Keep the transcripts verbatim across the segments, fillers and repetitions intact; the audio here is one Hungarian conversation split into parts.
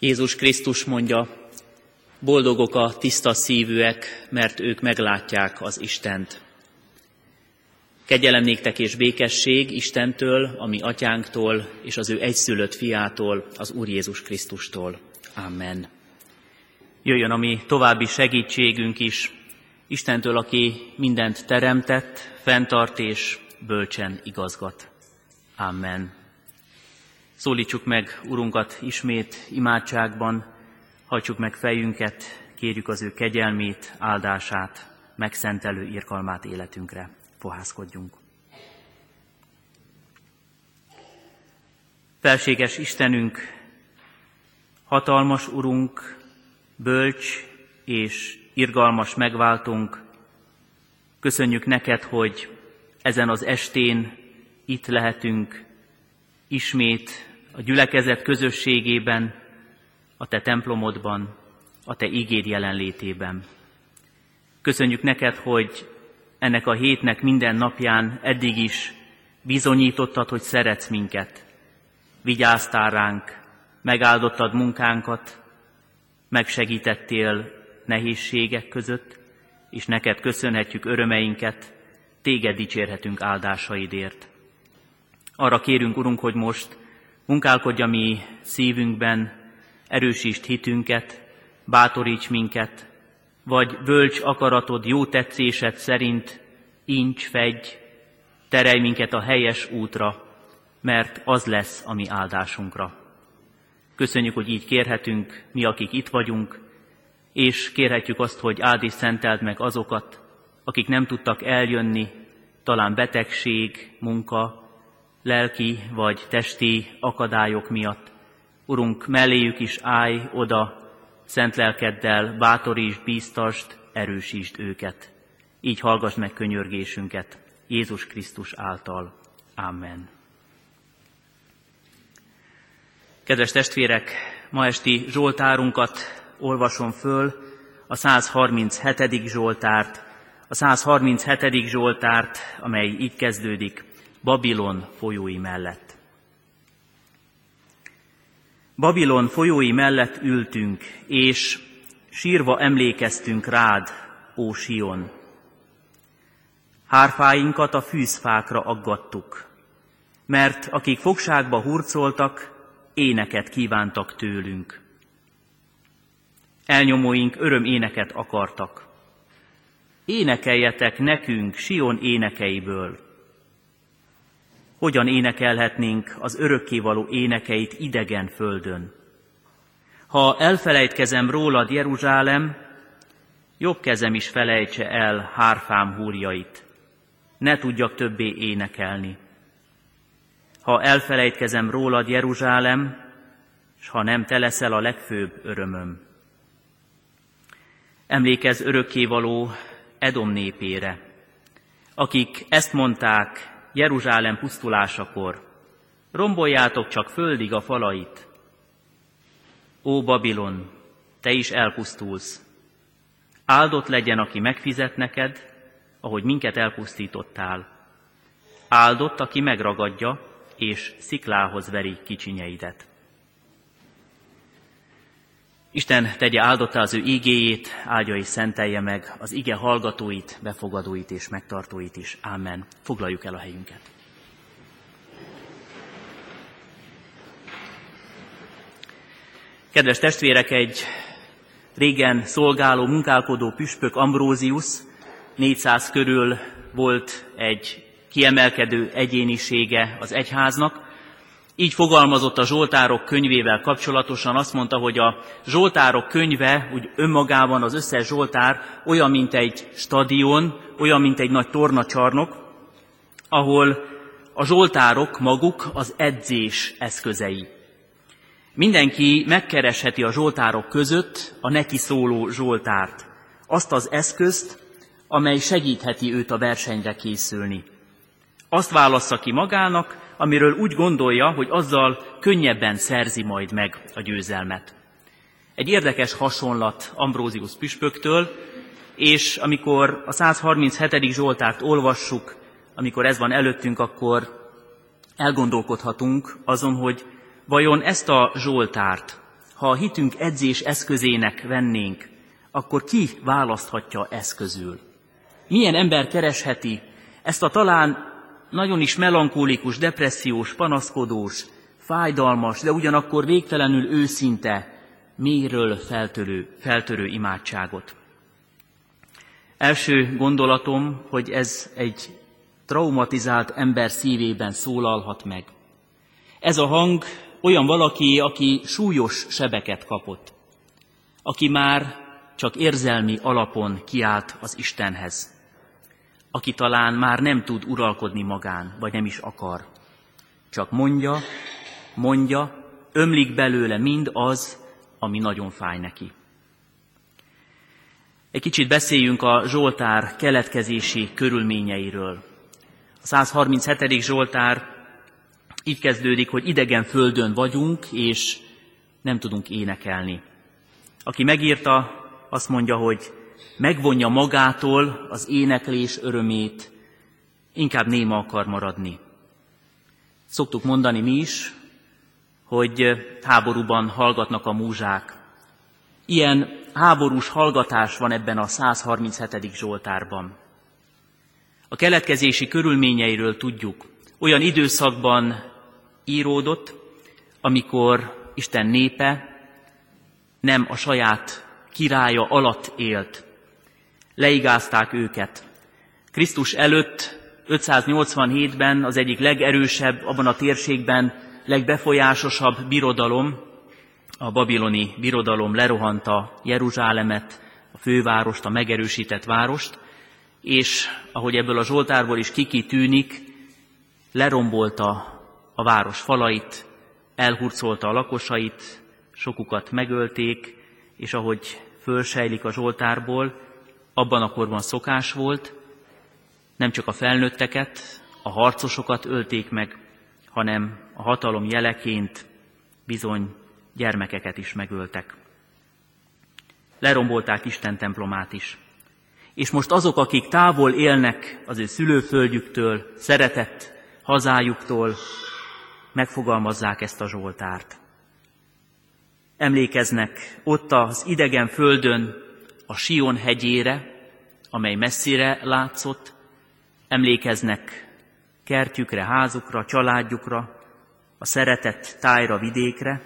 Jézus Krisztus mondja, boldogok a tiszta szívűek, mert ők meglátják az Istent. Kegyelem néktek és békesség Istentől, a mi atyánktól, és az ő egyszülött fiától, az Úr Jézus Krisztustól. Amen. Jöjjön a mi további segítségünk is, Istentől, aki mindent teremtett, fenntart és bölcsen igazgat. Amen. Szólítsuk meg Urunkat ismét imádságban, hajtsuk meg fejünket, kérjük az ő kegyelmét, áldását, megszentelő irgalmát életünkre. Fohászkodjunk. Felséges Istenünk, hatalmas Urunk, bölcs és irgalmas megváltunk, köszönjük neked, hogy ezen az estén itt lehetünk, ismét a gyülekezet közösségében, a te templomodban, a te igéd jelenlétében. Köszönjük neked, hogy ennek a hétnek minden napján eddig is bizonyítottad, hogy szeretsz minket. Vigyáztál ránk, megáldottad munkánkat, megsegítettél nehézségek között, és neked köszönhetjük örömeinket, téged dicsérhetünk áldásaidért. Arra kérünk, Urunk, hogy most munkálkodj a mi szívünkben, erősítsd hitünket, bátoríts minket, vagy bölcs akaratod, jó tetszésed szerint incs, fedj, terelj minket a helyes útra, mert az lesz a mi áldásunkra. Köszönjük, hogy így kérhetünk, mi, akik itt vagyunk, és kérhetjük azt, hogy áld és szenteld meg azokat, akik nem tudtak eljönni, talán betegség, munka, lelki vagy testi akadályok miatt. Urunk, melléjük is állj oda, szent lelkeddel bátorítsd, bíztasd, erősítsd őket. Így hallgass meg könyörgésünket Jézus Krisztus által. Amen. Kedves testvérek, ma esti zsoltárunkat olvasom föl, a száz harminchetedik zsoltárt, a száz harminchetedik zsoltárt, amely így kezdődik, Babilon folyói mellett. Babilon folyói mellett ültünk, és sírva emlékeztünk rád, ó Sion. Hárfáinkat a fűzfákra aggattuk, mert akik fogságba hurcoltak, éneket kívántak tőlünk. Elnyomóink öröméneket akartak. Énekeljetek nekünk Sion énekeiből. Hogyan énekelhetnénk az örökkévaló énekeit idegen földön? Ha elfelejtkezem rólad, Jeruzsálem, jobb kezem is felejtse el hárfám húrjait. Ne tudjak többé énekelni. Ha elfelejtkezem rólad, Jeruzsálem, s ha nem te leszel a legfőbb örömöm. Emlékezz örökkévaló Edom népére, akik ezt mondták Jeruzsálem pusztulásakor, romboljátok csak földig a falait. Ó Babilon, te is elpusztulsz. Áldott legyen, aki megfizet neked, ahogy minket elpusztítottál. Áldott, aki megragadja, és sziklához veri kicsinyeidet. Isten tegye áldottá az ő ígéjét, áldja és szentelje meg az ige hallgatóit, befogadóit és megtartóit is. Amen. Foglaljuk el a helyünket. Kedves testvérek, egy régen szolgáló, munkálkodó püspök Ambrózius, négyszáz körül volt egy kiemelkedő egyénisége az egyháznak. Így fogalmazott a Zsoltárok könyvével kapcsolatosan, azt mondta, hogy a Zsoltárok könyve úgy önmagában az összes Zsoltár olyan, mint egy stadion, olyan, mint egy nagy tornacsarnok, ahol a Zsoltárok maguk az edzés eszközei. Mindenki megkeresheti a Zsoltárok között a neki szóló Zsoltárt, azt az eszközt, amely segítheti őt a versenyre készülni. Azt válassza ki magának, amiről úgy gondolja, hogy azzal könnyebben szerzi majd meg a győzelmet. Egy érdekes hasonlat Ambrózius püspöktől, és amikor a száz harminchetedik Zsoltárt olvassuk, amikor ez van előttünk, akkor elgondolkodhatunk azon, hogy vajon ezt a Zsoltárt ha a hitünk edzés eszközének vennénk, akkor ki választhatja eszközül? Milyen ember keresheti ezt a talán nagyon is melankólikus, depressziós, panaszkodós, fájdalmas, de ugyanakkor végtelenül őszinte, mélyről feltörő, feltörő imádságot? Első gondolatom, hogy ez egy traumatizált ember szívében szólalhat meg. Ez a hang olyan valaki, aki súlyos sebeket kapott, aki már csak érzelmi alapon kiált az Istenhez, aki talán már nem tud uralkodni magán, vagy nem is akar. Csak mondja, mondja, ömlik belőle mind az, ami nagyon fáj neki. Egy kicsit beszéljünk a Zsoltár keletkezési körülményeiről. A százharminchetedik Zsoltár így kezdődik, hogy idegen földön vagyunk, és nem tudunk énekelni. Aki megírta, azt mondja, hogy megvonja magától az éneklés örömét, inkább néma akar maradni. Szoktuk mondani mi is, hogy háborúban hallgatnak a múzsák. Ilyen háborús hallgatás van ebben a százharminchetedik Zsoltárban. A keletkezési körülményeiről tudjuk, olyan időszakban íródott, amikor Isten népe nem a saját királya alatt élt. Leigázták őket. Krisztus előtt ötszáznyolcvanhétben az egyik legerősebb, abban a térségben legbefolyásosabb birodalom, a babiloni birodalom lerohanta Jeruzsálemet, a fővárost, a megerősített várost, és ahogy ebből a Zsoltárból is kikitűnik, lerombolta a város falait, elhurcolta a lakosait, sokukat megölték, és ahogy fölsejlik a Zsoltárból, abban a korban szokás volt, nem csak a felnőtteket, a harcosokat ölték meg, hanem a hatalom jeleként bizony gyermekeket is megöltek. Lerombolták Isten templomát is. És most azok, akik távol élnek az ő szülőföldjüktől, szeretett hazájuktól, megfogalmazzák ezt a Zsoltárt. Emlékeznek ott az idegen földön a Sion hegyére, amely messzire látszott, emlékeznek kertjükre, házukra, családjukra, a szeretett tájra, vidékre,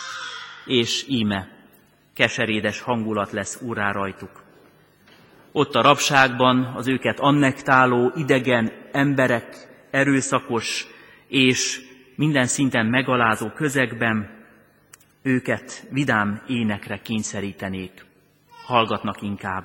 és íme keserédes hangulat lesz úrrá rajtuk. Ott a rabságban az őket annektáló idegen emberek, erőszakos és minden szinten megalázó közegben őket vidám énekre kényszerítenék. Hallgatnak inkább.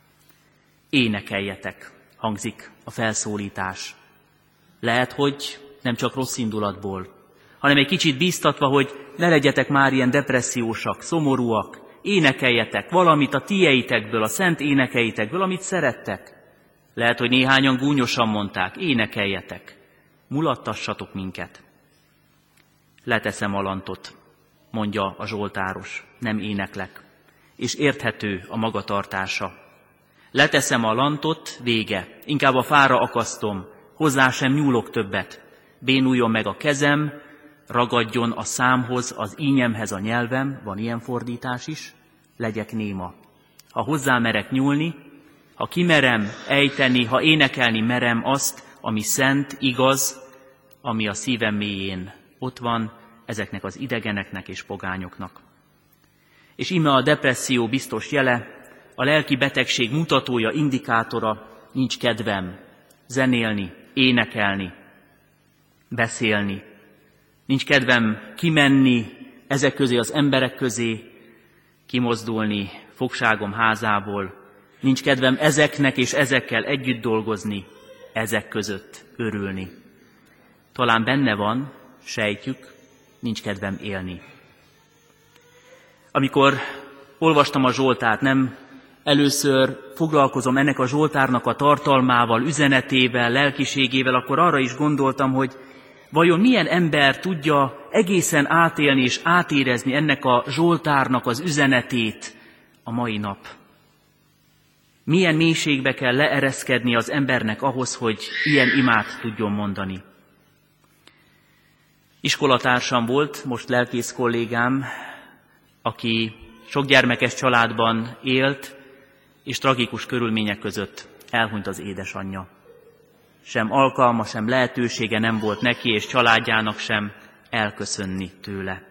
Énekeljetek, hangzik a felszólítás. Lehet, hogy nem csak rossz indulatból, hanem egy kicsit bíztatva, hogy ne legyetek már ilyen depressziósak, szomorúak, énekeljetek valamit a tieitekből, a szent énekeitekből, amit szerettek. Lehet, hogy néhányan gúnyosan mondták, énekeljetek, mulattassatok minket. Leteszem a lantot, mondja a zsoltáros, nem éneklek, és érthető a magatartása. Leteszem a lantot, vége, inkább a fára akasztom, hozzá sem nyúlok többet, bénuljon meg a kezem, ragadjon a számhoz, az ínyemhez a nyelvem, van ilyen fordítás is, legyek néma. Ha hozzá merek nyúlni, ha kimerem ejteni, ha énekelni merem azt, ami szent, igaz, ami a szívem mélyén ott van, ezeknek az idegeneknek és pogányoknak. És íme a depresszió biztos jele, a lelki betegség mutatója, indikátora, nincs kedvem zenélni, énekelni, beszélni. Nincs kedvem kimenni ezek közé, az emberek közé, kimozdulni fogságom házából. Nincs kedvem ezeknek és ezekkel együtt dolgozni, ezek között örülni. Talán benne van, sejtjük, nincs kedvem élni. Amikor olvastam a Zsoltárt, nem először foglalkozom ennek a Zsoltárnak a tartalmával, üzenetével, lelkiségével, akkor arra is gondoltam, hogy vajon milyen ember tudja egészen átélni és átérezni ennek a Zsoltárnak az üzenetét a mai nap? Milyen mélységbe kell leereszkedni az embernek ahhoz, hogy ilyen imát tudjon mondani? Iskolatársam volt, most lelkész kollégám, aki sok gyermekes családban élt, és tragikus körülmények között elhunyt az édesanyja. Sem alkalma, sem lehetősége nem volt neki és családjának sem elköszönni tőle.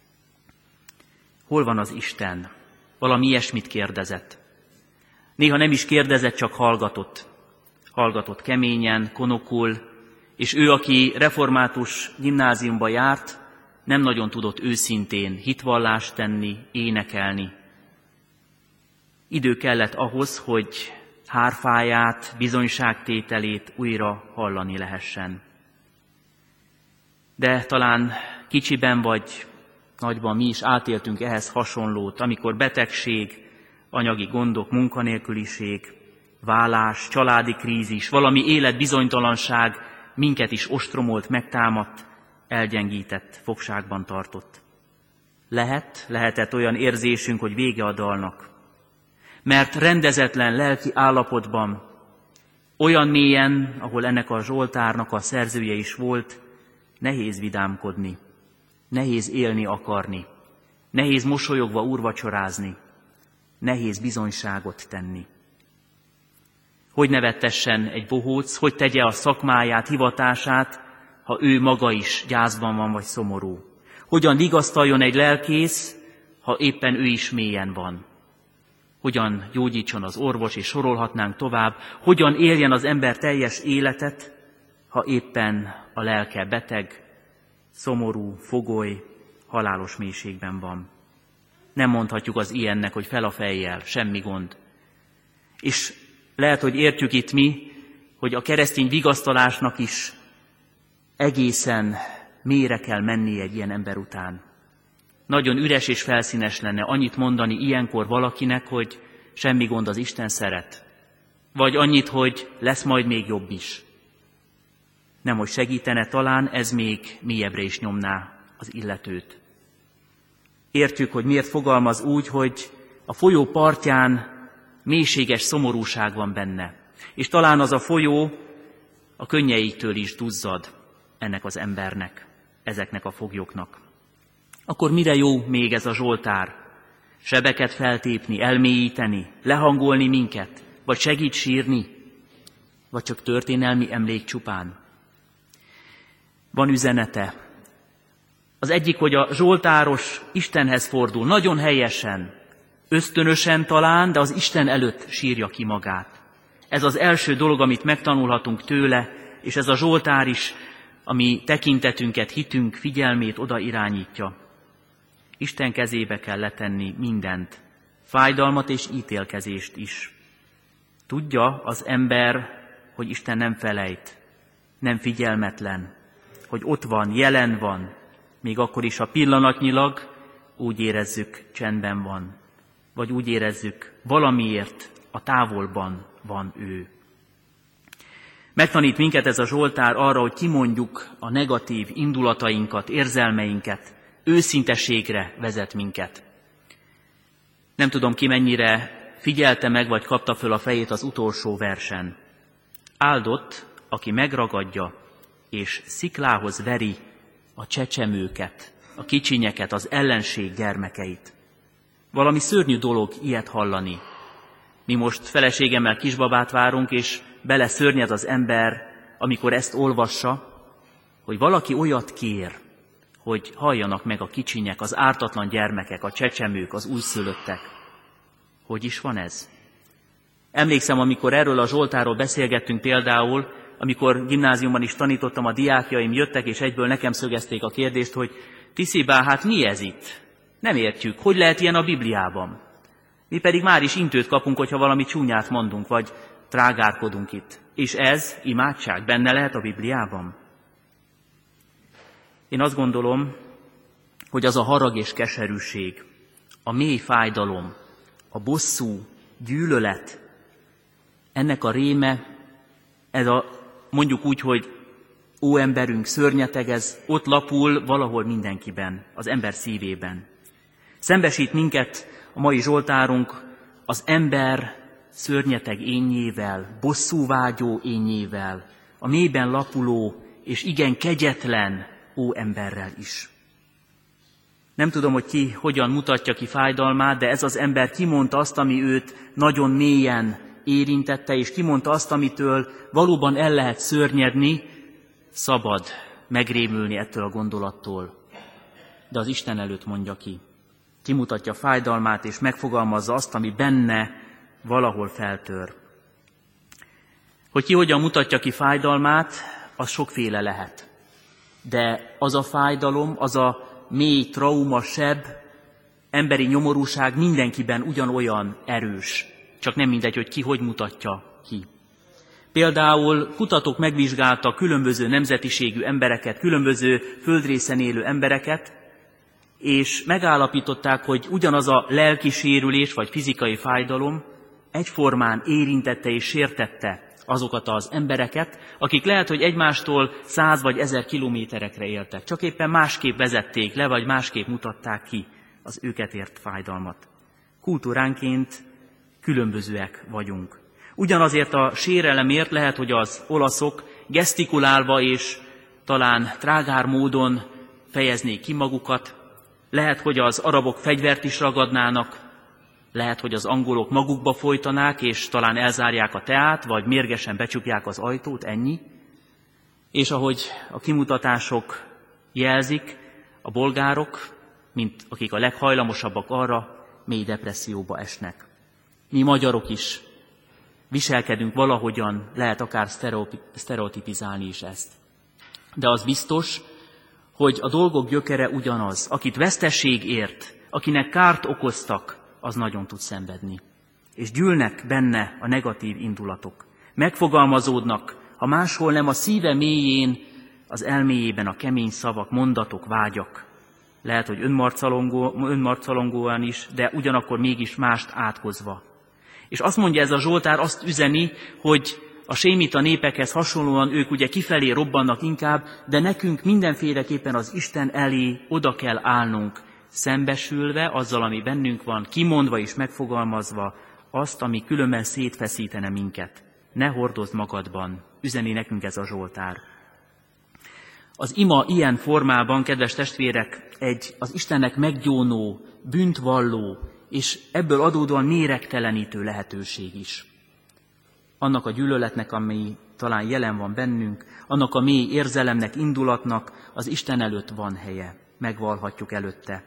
Hol van az Isten? Valami ilyesmit kérdezett. Néha nem is kérdezett, csak hallgatott. Hallgatott keményen, konokul, és ő, aki református gimnáziumba járt, nem nagyon tudott őszintén hitvallást tenni, énekelni. Idő kellett ahhoz, hogy hárfáját, bizonyságtételét újra hallani lehessen. De talán kicsiben vagy nagyban mi is átéltünk ehhez hasonlót, amikor betegség, anyagi gondok, munkanélküliség, válás, családi krízis, valami életbizonytalanság minket is ostromolt, megtámadt, elgyengített, fogságban tartott. Lehet, lehetett olyan érzésünk, hogy vége a dalnak. Mert rendezetlen lelki állapotban, olyan mélyen, ahol ennek a Zsoltárnak a szerzője is volt, nehéz vidámkodni, nehéz élni akarni, nehéz mosolyogva úrvacsorázni, nehéz bizonyságot tenni. Hogy nevettessen egy bohóc, hogy tegye a szakmáját, hivatását, ha ő maga is gyászban van vagy szomorú? Hogyan vigasztaljon egy lelkész, ha éppen ő is mélyen van? Hogyan gyógyítson az orvos, és sorolhatnánk tovább? Hogyan éljen az ember teljes életet, ha éppen a lelke beteg, szomorú, fogoly, halálos mélységben van? Nem mondhatjuk az ilyennek, hogy fel a fejjel, semmi gond. És lehet, hogy értjük itt mi, hogy a keresztény vigasztalásnak is egészen mélyre kell menni egy ilyen ember után. Nagyon üres és felszínes lenne annyit mondani ilyenkor valakinek, hogy semmi gond, az Isten szeret. Vagy annyit, hogy lesz majd még jobb is. Nem, hogy segítene, talán ez még mélyebbre is nyomná az illetőt. Értjük, hogy miért fogalmaz úgy, hogy a folyó partján mélységes szomorúság van benne. És talán az a folyó a könnyeiktől is duzzad ennek az embernek, ezeknek a foglyoknak. Akkor mire jó még ez a Zsoltár? Sebeket feltépni, elmélyíteni, lehangolni minket, vagy segít sírni, vagy csak történelmi emlék csupán? Van üzenete. Az egyik, hogy a zsoltáros Istenhez fordul, nagyon helyesen, ösztönösen talán, de az Isten előtt sírja ki magát. Ez az első dolog, amit megtanulhatunk tőle, és ez a Zsoltár is, ami tekintetünket, hitünk, figyelmét oda irányítja. Isten kezébe kell letenni mindent, fájdalmat és ítélkezést is. Tudja az ember, hogy Isten nem felejt, nem figyelmetlen, hogy ott van, jelen van, még akkor is, ha pillanatnyilag úgy érezzük, csendben van, vagy úgy érezzük, valamiért a távolban van ő. Megtanít minket ez a Zsoltár arra, hogy kimondjuk a negatív indulatainkat, érzelmeinket, őszinteségre vezet minket. Nem tudom ki mennyire figyelte meg, vagy kapta föl a fejét az utolsó versen. Áldott, aki megragadja, és sziklához veri a csecsemőket, a kicsinyeket, az ellenség gyermekeit. Valami szörnyű dolog ilyet hallani. Mi most feleségemmel kisbabát várunk, és beleszörnyed az ember, amikor ezt olvassa, hogy valaki olyat kér, hogy halljanak meg a kicsinyek, az ártatlan gyermekek, a csecsemők, az újszülöttek. Hogy is van ez? Emlékszem, amikor erről a Zsoltárról beszélgettünk például, amikor gimnáziumban is tanítottam, a diákjaim jöttek, és egyből nekem szögezték a kérdést, hogy Tiszibá, hát mi ez itt? Nem értjük, hogy lehet ilyen a Bibliában? Mi pedig már is intőt kapunk, hogyha valami csúnyát mondunk, vagy trágárkodunk itt. És ez, imádság, benne lehet a Bibliában? Én azt gondolom, hogy az a harag és keserűség, a mély fájdalom, a bosszú, gyűlölet, ennek a réme, ez a mondjuk úgy, hogy ó emberünk, szörnyeteg, ez ott lapul valahol mindenkiben, az ember szívében. Szembesít minket a mai Zsoltárunk az ember szörnyeteg énnyével, bosszúvágyó énnyével, a mélyben lapuló és igen kegyetlen ó emberrel is. Nem tudom, hogy ki hogyan mutatja ki fájdalmát, de ez az ember kimondta azt, ami őt nagyon mélyen érintette, és kimondta azt, amitől valóban el lehet szörnyedni, szabad megrémülni ettől a gondolattól. De az Isten előtt mondja ki. Kimutatja fájdalmát, és megfogalmazza azt, ami benne valahol feltör. Hogy ki hogyan mutatja ki fájdalmát, az sokféle lehet. De az a fájdalom, az a mély trauma, seb, emberi nyomorúság mindenkiben ugyanolyan erős. Csak nem mindegy, hogy ki hogy mutatja ki. Például kutatók megvizsgáltak különböző nemzetiségű embereket, különböző földrészen élő embereket, és megállapították, hogy ugyanaz a lelki sérülés vagy fizikai fájdalom egyformán érintette és sértette azokat az embereket, akik lehet, hogy egymástól száz vagy ezer kilométerekre éltek. Csak éppen másképp vezették le, vagy másképp mutatták ki az őket ért fájdalmat. Kultúránként különbözőek vagyunk. Ugyanazért a sérelemért lehet, hogy az olaszok gesztikulálva és talán trágár módon fejeznék ki magukat, lehet, hogy az arabok fegyvert is ragadnának, lehet, hogy az angolok magukba folytanák, és talán elzárják a teát, vagy mérgesen becsukják az ajtót, ennyi. És ahogy a kimutatások jelzik, a bolgárok, mint akik a leghajlamosabbak arra, mély depresszióba esnek. Mi magyarok is viselkedünk valahogyan, lehet akár sztereotipizálni is ezt. De az biztos, hogy a dolgok gyökere ugyanaz. Akit veszteség ért, akinek kárt okoztak, az nagyon tud szenvedni. És gyűlnek benne a negatív indulatok. Megfogalmazódnak, ha máshol nem a szíve mélyén, az elméjében a kemény szavak, mondatok, vágyak. Lehet, hogy önmarcolongó, önmarcolongóan is, de ugyanakkor mégis mást átkozva. És azt mondja ez a Zsoltár, azt üzeni, hogy a sémita népekhez hasonlóan ők ugye kifelé robbannak inkább, de nekünk mindenféleképpen az Isten elé oda kell állnunk, szembesülve azzal, ami bennünk van, kimondva és megfogalmazva azt, ami különben szétfeszítene minket. Ne hordozd magadban, üzeni nekünk ez a Zsoltár. Az ima ilyen formában, kedves testvérek, egy az Istennek meggyónó, bűntvalló, és ebből adódóan méregtelenítő lehetőség is. Annak a gyűlöletnek, ami talán jelen van bennünk, annak a mély érzelemnek, indulatnak az Isten előtt van helye, megvallhatjuk előtte.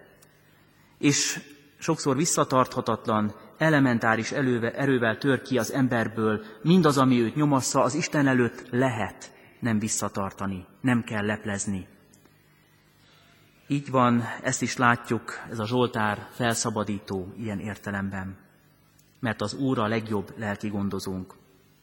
És sokszor visszatarthatatlan, elementáris előve, erővel tör ki az emberből mindaz, ami őt nyomassza, az Isten előtt lehet nem visszatartani, nem kell leplezni. Így van, ezt is látjuk, ez a Zsoltár felszabadító ilyen értelemben, mert az Úr a legjobb lelki gondozónk.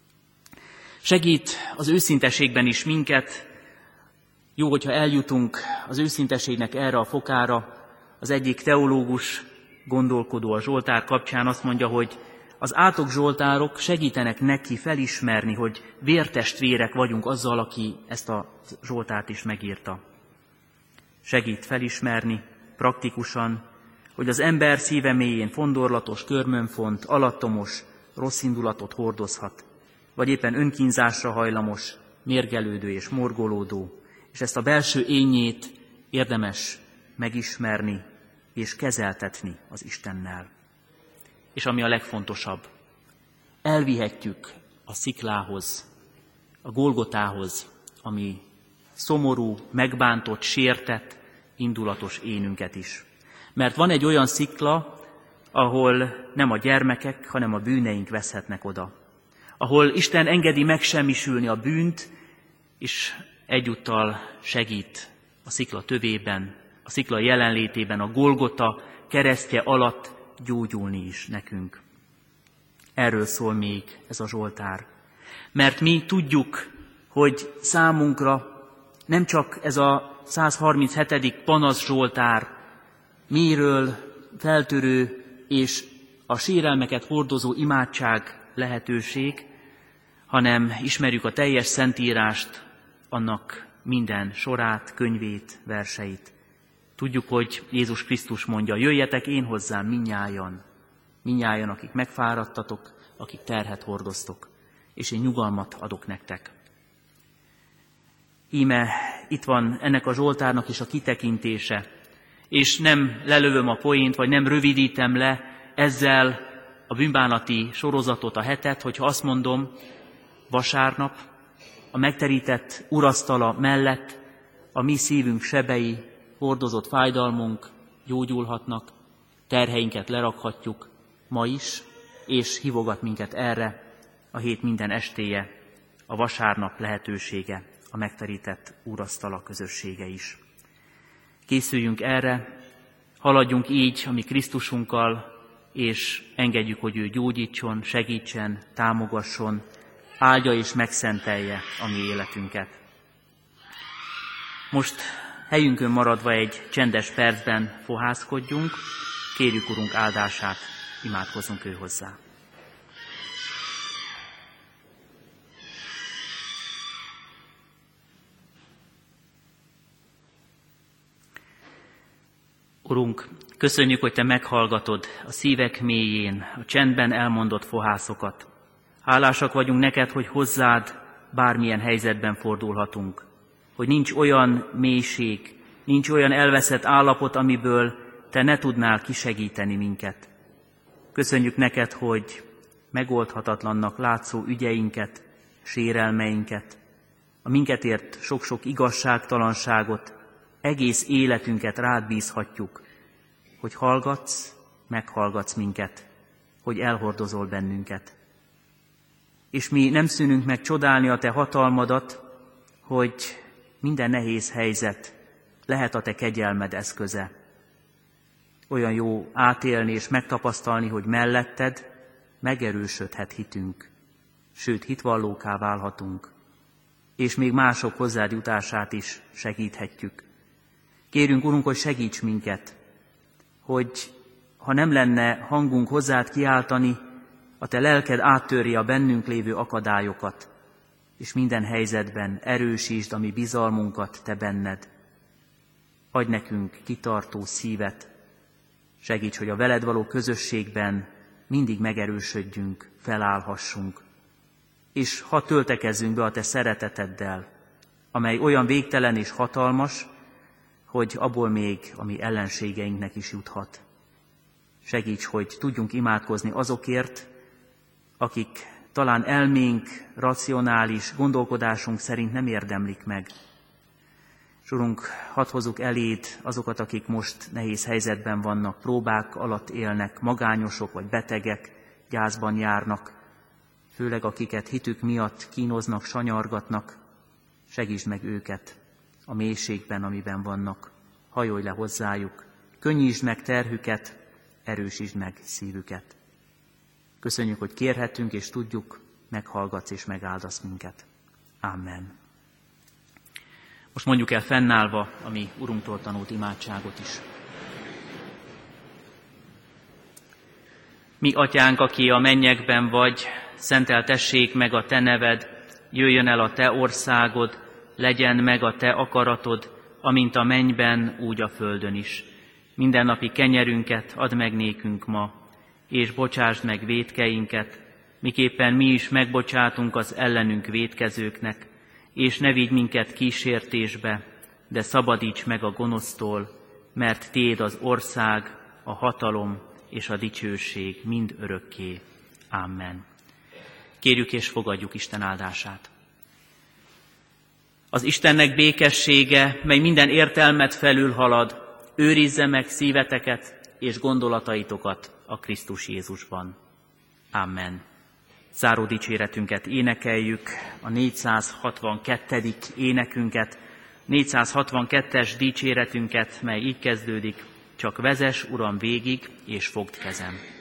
Segít az őszinteségben is minket, jó, hogyha eljutunk az őszinteségnek erre a fokára. Az egyik teológus, gondolkodó a Zsoltár kapcsán azt mondja, hogy az átok zsoltárok segítenek neki felismerni, hogy vértestvérek vagyunk azzal, aki ezt a Zsoltárt is megírta. Segít felismerni praktikusan, hogy az ember szíve mélyén fondorlatos, körmönfont, alattomos, rossz indulatot hordozhat, vagy éppen önkínzásra hajlamos, mérgelődő és morgolódó, és ezt a belső énjét érdemes megismerni és kezeltetni az Istennel. És ami a legfontosabb, elvihetjük a sziklához, a Golgotához, ami szomorú, megbántott, sértett, indulatos énünket is. Mert van egy olyan szikla, ahol nem a gyermekek, hanem a bűneink veszhetnek oda. Ahol Isten engedi megsemmisülni a bűnt, és egyúttal segít a szikla tövében, a szikla jelenlétében, a Golgota keresztje alatt gyógyulni is nekünk. Erről szól még ez a Zsoltár. Mert mi tudjuk, hogy számunkra nem csak ez a százharminchetedik panasz Zsoltár, mélyről feltörő és a sérelmeket hordozó imádság lehetőség, hanem ismerjük a teljes Szentírást, annak minden sorát, könyvét, verseit. Tudjuk, hogy Jézus Krisztus mondja, jöjjetek én hozzám minnyájan, minnyájan, akik megfáradtatok, akik terhet hordoztok, és én nyugalmat adok nektek. Íme itt van ennek a Zsoltárnak is a kitekintése, És nem lelövöm a poént, vagy nem rövidítem le ezzel a bűnbánati sorozatot, a hetet, hogyha azt mondom, vasárnap a megterített urasztala mellett a mi szívünk sebei, hordozott fájdalmunk gyógyulhatnak, terheinket lerakhatjuk ma is, és hívogat minket erre a hét minden estéje, a vasárnap lehetősége, a megterített úrasztala közössége is. Készüljünk erre, haladjunk így a mi Krisztusunkkal, és engedjük, hogy ő gyógyítson, segítsen, támogasson, áldja és megszentelje a mi életünket. Most helyünkön maradva egy csendes percben fohászkodjunk, kérjük Urunk áldását, imádkozzunk ő hozzá. Urunk, köszönjük, hogy Te meghallgatod a szívek mélyén, a csendben elmondott fohászokat. Hálásak vagyunk neked, hogy hozzád bármilyen helyzetben fordulhatunk, hogy nincs olyan mélység, nincs olyan elveszett állapot, amiből Te ne tudnál kisegíteni minket. Köszönjük neked, hogy megoldhatatlannak látszó ügyeinket, sérelmeinket, a minket ért sok-sok igazságtalanságot, egész életünket rád bízhatjuk, hogy hallgatsz, meghallgatsz minket, hogy elhordozol bennünket. És mi nem szűnünk meg csodálni a Te hatalmadat, hogy minden nehéz helyzet lehet a Te kegyelmed eszköze. Olyan jó átélni és megtapasztalni, hogy melletted megerősödhet hitünk, sőt hitvallóká válhatunk, és még mások hozzád jutását is segíthetjük. Kérünk, Urunk, hogy segíts minket, hogy ha nem lenne hangunk hozzád kiáltani, a Te lelked áttörje a bennünk lévő akadályokat, és minden helyzetben erősítsd a mi bizalmunkat Te benned. Adj nekünk kitartó szívet, segíts, hogy a veled való közösségben mindig megerősödjünk, felállhassunk, és ha töltekezzünk be a Te szereteteddel, amely olyan végtelen és hatalmas, hogy abból még a mi ellenségeinknek is juthat. Segíts, hogy tudjunk imádkozni azokért, akik talán elménk, racionális gondolkodásunk szerint nem érdemlik meg. És Urunk, hadd hozzuk eléd azokat, akik most nehéz helyzetben vannak, próbák alatt élnek, magányosok vagy betegek, gyászban járnak, főleg akiket hitük miatt kínoznak, sanyargatnak. Segítsd meg őket a mélységben, amiben vannak. Hajolj le hozzájuk, könnyítsd meg terhüket, erősítsd meg szívüket. Köszönjük, hogy kérhetünk és tudjuk, meghallgatsz és megáldasz minket. Amen. Most mondjuk el fennállva a mi Urunktól tanult imádságot is. Mi atyánk, aki a mennyekben vagy, szenteltessék meg a Te neved, jöjjön el a Te országod, legyen meg a Te akaratod, amint a mennyben, úgy a földön is. Mindennapi kenyerünket add meg nékünk ma, és bocsásd meg vétkeinket, miképpen mi is megbocsátunk az ellenünk vétkezőknek, és ne vigy minket kísértésbe, de szabadíts meg a gonosztól, mert Tiéd az ország, a hatalom és a dicsőség mind örökké. Amen. Kérjük és fogadjuk Isten áldását. Az Istennek békessége, mely minden értelmet felülhalad, őrizze meg szíveteket és gondolataitokat a Krisztus Jézusban. Amen. Záró dicséretünket énekeljük, a négyszázhatvankettedik énekünket, négyszázhatvankettes dicséretünket, mely így kezdődik: csak vezess, Uram, végig, és fogd kezem.